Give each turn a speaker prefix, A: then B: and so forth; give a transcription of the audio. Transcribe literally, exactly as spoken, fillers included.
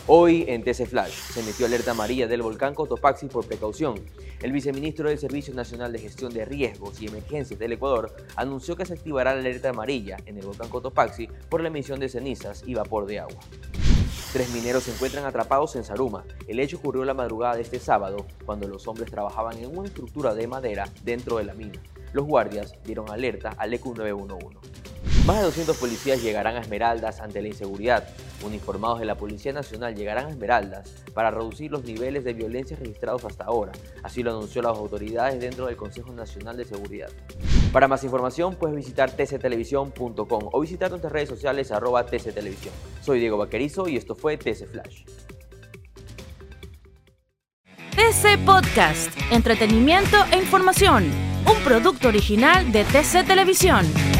A: Hoy en T C Flash se emitió alerta amarilla del volcán Cotopaxi por precaución. El viceministro del Servicio Nacional de Gestión de Riesgos y Emergencias del Ecuador anunció que se activará la alerta amarilla en el volcán Cotopaxi por la emisión de cenizas y vapor de agua. Tres mineros se encuentran atrapados en Zaruma. El hecho ocurrió la madrugada de este sábado, cuando los hombres trabajaban en una estructura de madera dentro de la mina. Los guardias dieron alerta al E Q nueve uno uno. Más de doscientos policías llegarán a Esmeraldas ante la inseguridad. Uniformados de la Policía Nacional llegarán a Esmeraldas para reducir los niveles de violencia registrados hasta ahora. Así lo anunció las autoridades dentro del Consejo Nacional de Seguridad. Para más información puedes visitar t c televisión punto com o visitar nuestras redes sociales arroba T C Televisión. Soy Diego Vaquerizo y esto fue T C Flash.
B: T C Podcast, entretenimiento e información, un producto original de T C Televisión.